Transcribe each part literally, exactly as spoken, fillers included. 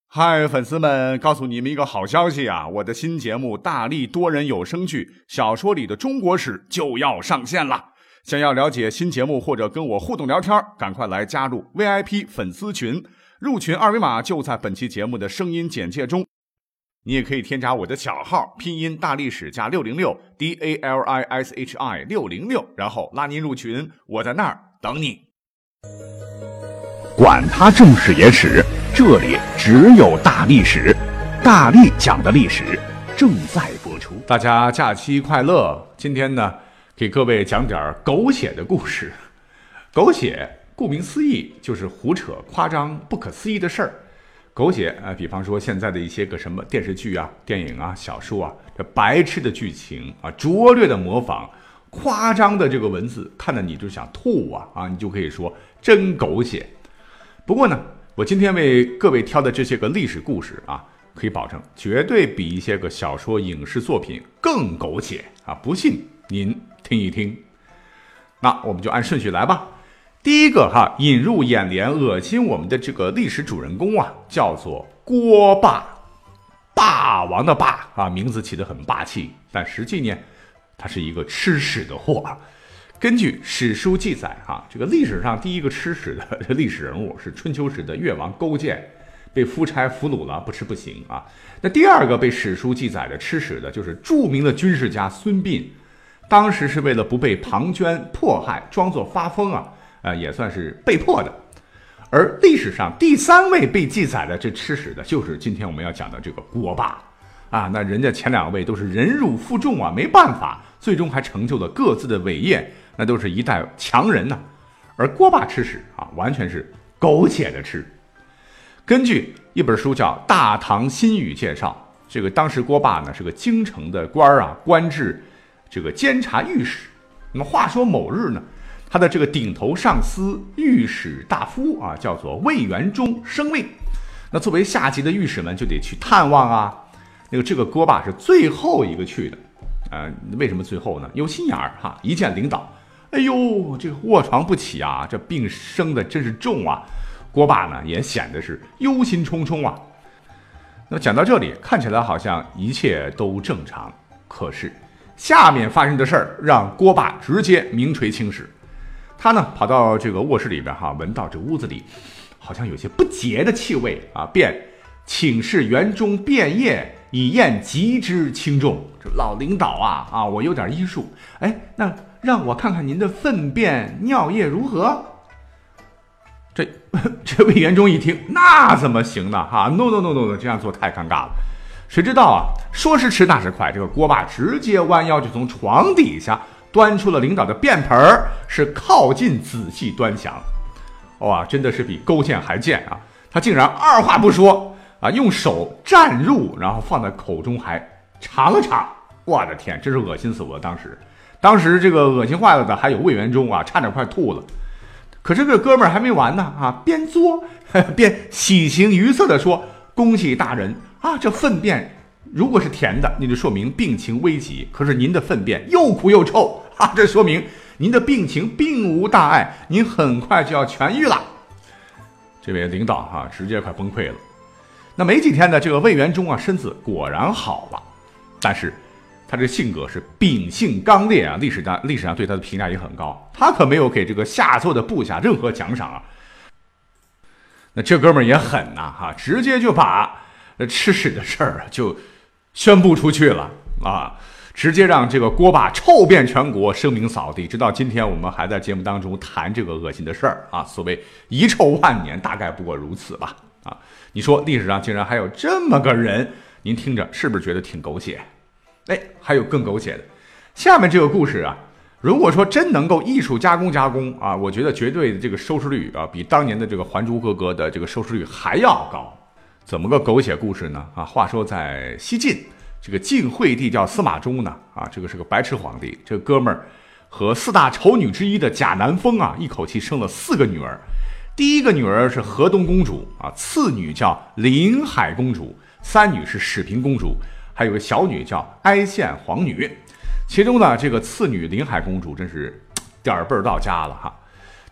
嗨，粉丝们，告诉你们一个好消息啊！我的新节目《大力多人有声剧小说里的中国史》就要上线了。想要了解新节目或者跟我互动聊天，赶快来加入 V I P 粉丝群，入群二维码就在本期节目的声音简介中。你也可以添加我的小号，拼音大历史加六零六 D A L I S H I 六零六，然后拉您入群，我在那儿等你。 管他正史野史，这里只有大历史，大力讲的历史正在播出。 大家假期快乐！今天呢，给各位讲点狗血的故事。狗血顾名思义就是胡扯、夸张、不可思议的事儿。狗血啊、呃，比方说现在的一些个什么电视剧啊、电影啊、小说啊，这白痴的剧情啊，拙劣的模仿，夸张的这个文字，看得你就想吐啊啊！你就可以说真狗血。不过呢，我今天为各位挑的这些个历史故事啊，可以保证绝对比一些个小说影视作品更狗血啊！不信您听一听。那我们就按顺序来吧。第一个哈，引入眼帘、恶心我们的这个历史主人公啊，叫做锅霸，霸王的霸啊，名字起得很霸气，但实际呢，他是一个吃屎的货。根据史书记载啊，这个历史上第一个吃屎的历史人物是春秋时的越王勾践，被夫差俘虏了，不吃不行啊。那第二个被史书记载的吃屎的就是著名的军事家孙膑，当时是为了不被庞涓迫害，装作发疯啊，呃，也算是被迫的。而历史上第三位被记载的这吃屎的，就是今天我们要讲的这个锅霸啊。那人家前两位都是忍辱负重啊，没办法，最终还成就了各自的伟业。那都是一代强人呢、啊，而锅霸吃屎啊，完全是苟且的吃。根据一本书叫《大唐新语》介绍，这个当时锅霸呢是个京城的官儿啊，官至这个监察御史。那么话说某日呢，他的这个顶头上司御史大夫啊，叫做魏元忠生病。那作为下级的御史们就得去探望啊。那个这个锅霸是最后一个去的，呃，为什么最后呢？有心眼儿哈，一见领导。哎呦，这个卧床不起啊，这病生的真是重啊！锅霸呢也显得是忧心忡忡啊。那讲到这里，看起来好像一切都正常，可是下面发生的事儿让锅霸直接名垂青史。他呢跑到这个卧室里边哈，闻到这屋子里好像有些不洁的气味啊，便请示园中便液，以验疾之轻重。这老领导啊啊，我有点医术，哎，那让我看看您的粪便尿液如何？这这魏元忠一听，那怎么行呢？哈 ，no no no no no， 这样做太尴尬了。谁知道啊，说时迟那时快，这个锅霸直接弯腰就从床底下端出了领导的便盆儿，是靠近仔细端详。哇，真的是比勾践还贱啊！他竟然二话不说啊，用手蘸入，然后放在口中还尝了尝。我的天，真是恶心死我了！当时。当时这个恶心坏了的还有魏元忠啊，差点快吐了。可是这个哥们儿还没完呢啊，边作边喜形于色地说：“恭喜大人啊，这粪便如果是甜的，那就说明病情危急；可是您的粪便又苦又臭啊，这说明您的病情并无大碍，您很快就要痊愈了。”这位领导啊，直接快崩溃了。那没几天呢，这个魏元忠啊，身子果然好了，但是他这性格是秉性刚烈啊，历史上历史上对他的评价也很高，他可没有给这个下作的部下任何奖赏啊。那这哥们儿也狠呐、啊、哈，直接就把吃屎的事儿就宣布出去了啊，直接让这个锅霸臭遍全国，声名扫地。直到今天，我们还在节目当中谈这个恶心的事儿啊。所谓遗臭万年，大概不过如此吧啊。你说历史上竟然还有这么个人，您听着是不是觉得挺狗血？哎，还有更狗血的，下面这个故事啊，如果说真能够艺术加工加工啊，我觉得绝对的这个收视率啊，比当年的这个《还珠格格》的这个收视率还要高。怎么个狗血故事呢？啊，话说在西晋，这个晋惠帝叫司马衷呢，啊，这个是个白痴皇帝，这个哥们儿和四大丑女之一的贾南风啊，一口气生了四个女儿。第一个女儿是河东公主啊，次女叫临海公主，三女是始平公主。还有个小女叫哀县皇女，其中呢，这个次女临海公主真是点儿辈儿到家了哈。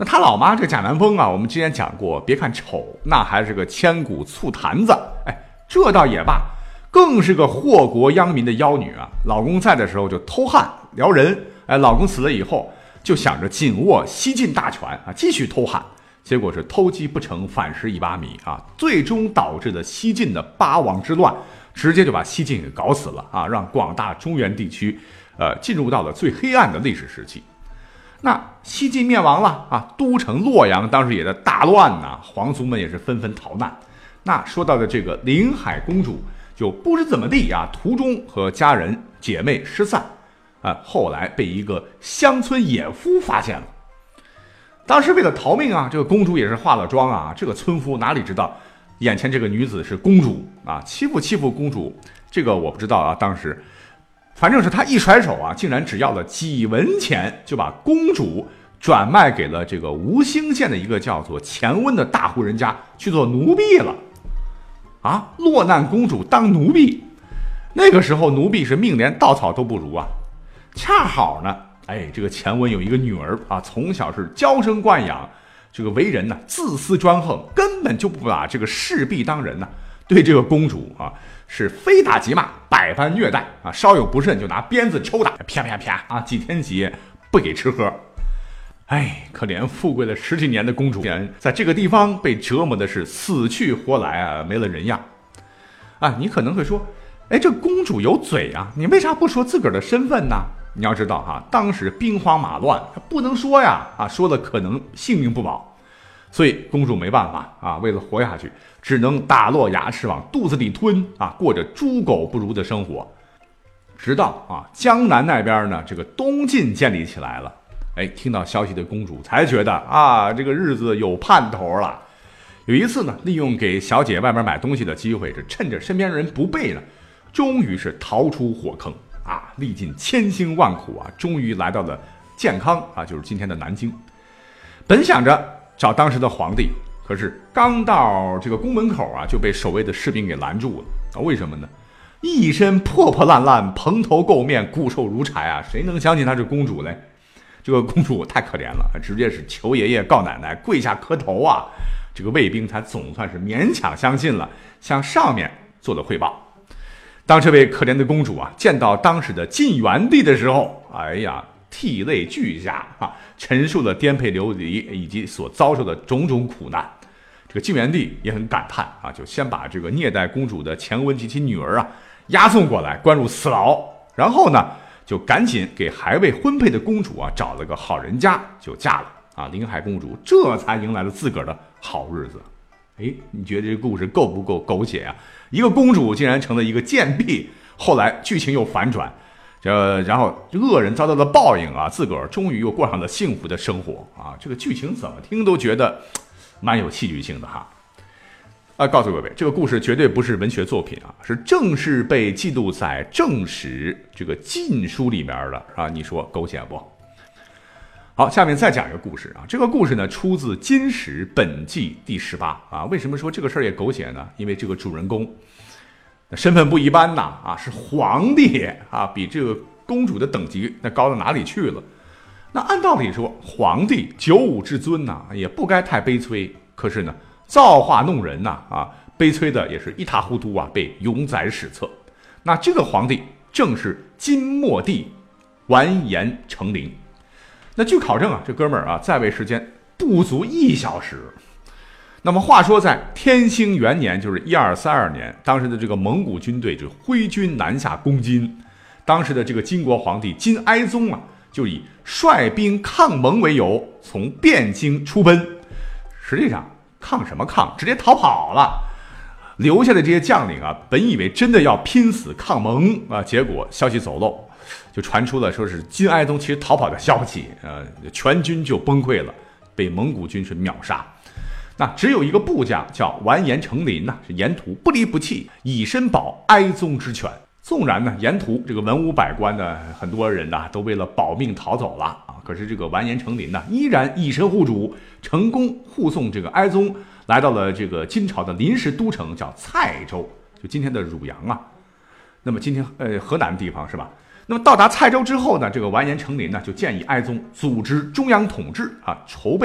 那他老妈这个贾南风啊，我们之前讲过，别看丑，那还是个千古醋坛子。哎，这倒也罢，更是个祸国殃民的妖女啊！老公在的时候就偷汉撩人，哎，老公死了以后就想着紧握西晋大权啊，继续偷汉，结果是偷鸡不成反蚀一把米啊，最终导致了西晋的八王之乱，直接就把西晋给搞死了啊，让广大中原地区呃进入到了最黑暗的历史时期。那西晋灭亡了啊，都城洛阳当时也在大乱呐，皇族们也是纷纷逃难。那说到的这个临海公主，就不知怎么地啊，途中和家人姐妹失散啊，后来被一个乡村野夫发现了。当时为了逃命啊，这个公主也是化了妆啊，这个村夫哪里知道眼前这个女子是公主啊，欺负欺负公主，这个我不知道啊，当时。反正是他一甩手啊，竟然只要了几文钱，就把公主转卖给了这个吴兴县的一个叫做钱温的大户人家去做奴婢了。啊，落难公主当奴婢，那个时候奴婢是命连稻草都不如啊。恰好呢，哎，这个钱温有一个女儿啊，从小是娇生惯养，这个为人呢自私专横，根本就不把这个侍婢当人呢，对这个公主啊。是非打即骂，百般虐待啊！稍有不慎就拿鞭子抽打，啪啪啪啊！几天几夜不给吃喝。哎，可怜富贵了十几年的公主，在这个地方被折磨的是死去活来啊，没了人样啊！你可能会说，哎，这公主有嘴啊，你为啥不说自个儿的身份呢？你要知道哈、啊，当时兵荒马乱，不能说呀啊，说了可能性命不保。所以公主没办法啊，为了活下去，只能打落牙齿往肚子里吞啊，过着猪狗不如的生活。直到啊江南那边呢，这个东晋建立起来了，哎，听到消息的公主才觉得啊，这个日子有盼头了。有一次呢，利用给小姐外面买东西的机会，这趁着身边人不备呢，终于是逃出火坑啊，历尽千辛万苦啊，终于来到了建康啊，就是今天的南京。本想着找当时的皇帝，可是刚到这个宫门口啊，就被守卫的士兵给拦住了啊！为什么呢？一身破破烂烂、蓬头垢面、骨瘦如柴啊！谁能相信她是公主嘞？这个公主太可怜了，直接是求爷爷告奶奶，跪下磕头啊！这个卫兵才总算是勉强相信了，向上面做了汇报。当这位可怜的公主啊见到当时的晋元帝的时候，哎呀！涕泪俱下啊，陈述了颠沛流离以及所遭受的种种苦难。这个晋元帝也很感叹啊，就先把这个虐待公主的钱温及其女儿啊押送过来，关入死牢。然后呢，就赶紧给还未婚配的公主啊找了个好人家就嫁了啊。临海公主这才迎来了自个儿的好日子。哎，你觉得这个故事够不够狗血啊？一个公主竟然成了一个贱婢，后来剧情又反转。这然后恶人遭到了报应啊，自个儿终于又过上了幸福的生活啊！这个剧情怎么听都觉得蛮有戏剧性的哈。啊，告诉各位，这个故事绝对不是文学作品啊，是正式被记录在正史这个禁书里面的啊。你说狗血不？好，下面再讲一个故事啊。这个故事呢出自《金史本纪》第十八啊。为什么说这个事儿也狗血呢？因为这个主人公身份不一般呐，啊，是皇帝啊，比这个公主的等级那高到哪里去了？那按道理说，皇帝九五至尊呐，也不该太悲催。可是呢，造化弄人呐，啊，悲催的也是一塌糊涂啊，被永载史册。那这个皇帝正是金末帝完颜成陵。那据考证啊，这哥们儿啊，在位时间不足一小时。那么话说，在天兴元年，就是一二三二年，当时的这个蒙古军队就挥军南下攻金，当时的这个金国皇帝金哀宗啊，就以率兵抗蒙为由，从汴京出奔。实际上抗什么抗，直接逃跑了。留下的这些将领啊，本以为真的要拼死抗蒙啊，结果消息走漏，就传出了说是金哀宗其实逃跑的消息，呃，全军就崩溃了，被蒙古军是秒杀。那只有一个部将叫完颜成林呐、啊，是沿途不离不弃，以身保哀宗之权。纵然呢，沿途这个文武百官呢，很多人呐、啊、都为了保命逃走了啊，可是这个完颜成林呢，依然以身护主，成功护送这个哀宗来到了这个金朝的临时都城，叫蔡州，就今天的汝阳啊。那么今天呃河南的地方是吧？那么到达蔡州之后呢，这个完颜成林呢就建议哀宗组织中央统治啊，筹备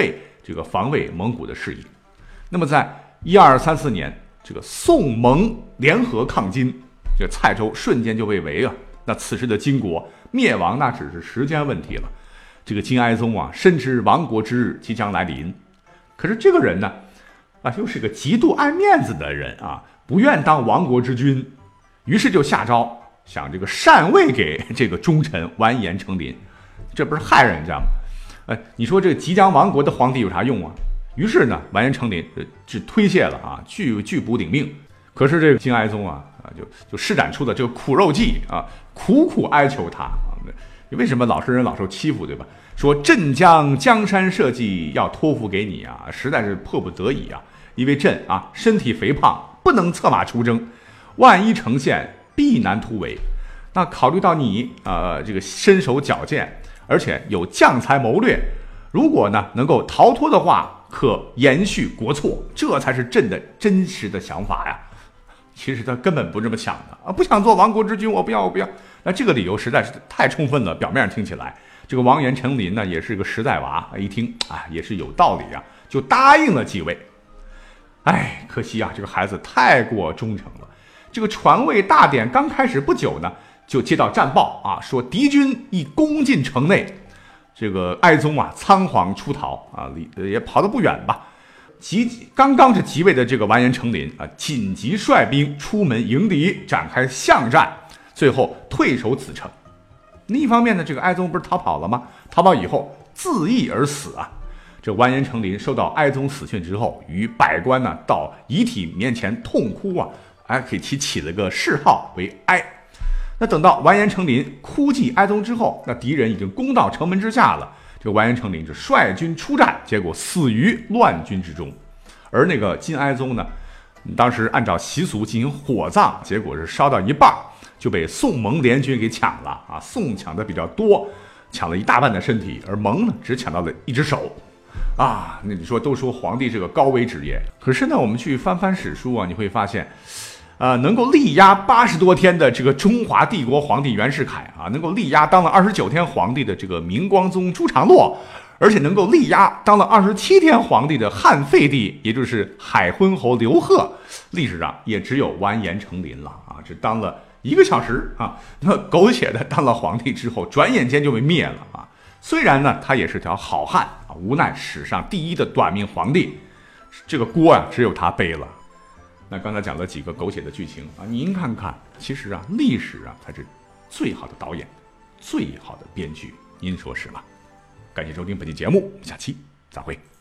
这个防卫蒙古的事宜。那么在一二三四年，这个宋蒙联合抗金，这个蔡州瞬间就被围啊！那此时的金国灭亡，那只是时间问题了。这个金哀宗啊，深知亡国之日即将来临，可是这个人呢，啊，又是个极度爱面子的人啊，不愿当亡国之君，于是就下诏想这个禅位给这个忠臣完颜成林，这不是害人家吗？哎，你说这个即将亡国的皇帝有啥用啊？于是呢，完颜成林就推卸了啊，拒拒不领命。可是这个金哀宗啊啊，就就施展出了这个苦肉计啊，苦苦哀求他啊，为什么老实人老受欺负，对吧？说朕将江山社稷要托付给你啊，实在是迫不得已啊，因为朕啊身体肥胖，不能策马出征，万一城陷，必难突围。那考虑到你呃这个身手矫健，而且有将才谋略，如果呢能够逃脱的话，可延续国错，这才是朕的真实的想法呀。其实他根本不这么想的啊，不想做亡国之君，我不要，我不要。那这个理由实在是太充分了，表面上听起来，这个完颜成林呢也是个实在娃，一听啊也是有道理啊，就答应了继位。哎，可惜啊，这个孩子太过忠诚了。这个传位大典刚开始不久呢，就接到战报啊，说敌军已攻进城内。这个哀宗啊仓皇出逃啊，也跑得不远吧。即刚刚是即位的这个完颜成林啊，紧急率兵出门迎敌，展开巷战，最后退守此城。另一方面呢，这个哀宗不是逃跑了吗？逃跑以后自缢而死啊。这完颜成林收到哀宗死讯之后，与百官呢到遗体面前痛哭啊，还给其起了个谥号为哀。那等到完颜成林哭祭哀宗之后，那敌人已经攻到城门之下了。这个完颜成林就率军出战，结果死于乱军之中。而那个金哀宗呢，当时按照习俗进行火葬，结果是烧到一半就被宋蒙联军给抢了啊！宋抢的比较多，抢了一大半的身体，而蒙呢只抢到了一只手啊！那你说都说皇帝这个高危职业，可是呢，我们去翻翻史书啊，你会发现。呃，能够力压八十多天的这个中华帝国皇帝袁世凯啊，能够力压当了二十九天皇帝的这个明光宗朱常洛，而且能够力压当了二十七天皇帝的汉废帝，也就是海昏侯刘贺，历史上也只有完颜成林了啊，只当了一个小时啊，那苟且的当了皇帝之后，转眼间就被灭了啊。虽然呢，他也是条好汉啊，无奈史上第一的短命皇帝，这个锅啊，只有他背了。那刚才讲了几个狗血的剧情啊，您看看，其实啊，历史啊才是最好的导演，最好的编剧，您说是吗？感谢收听本期节目，下期再会。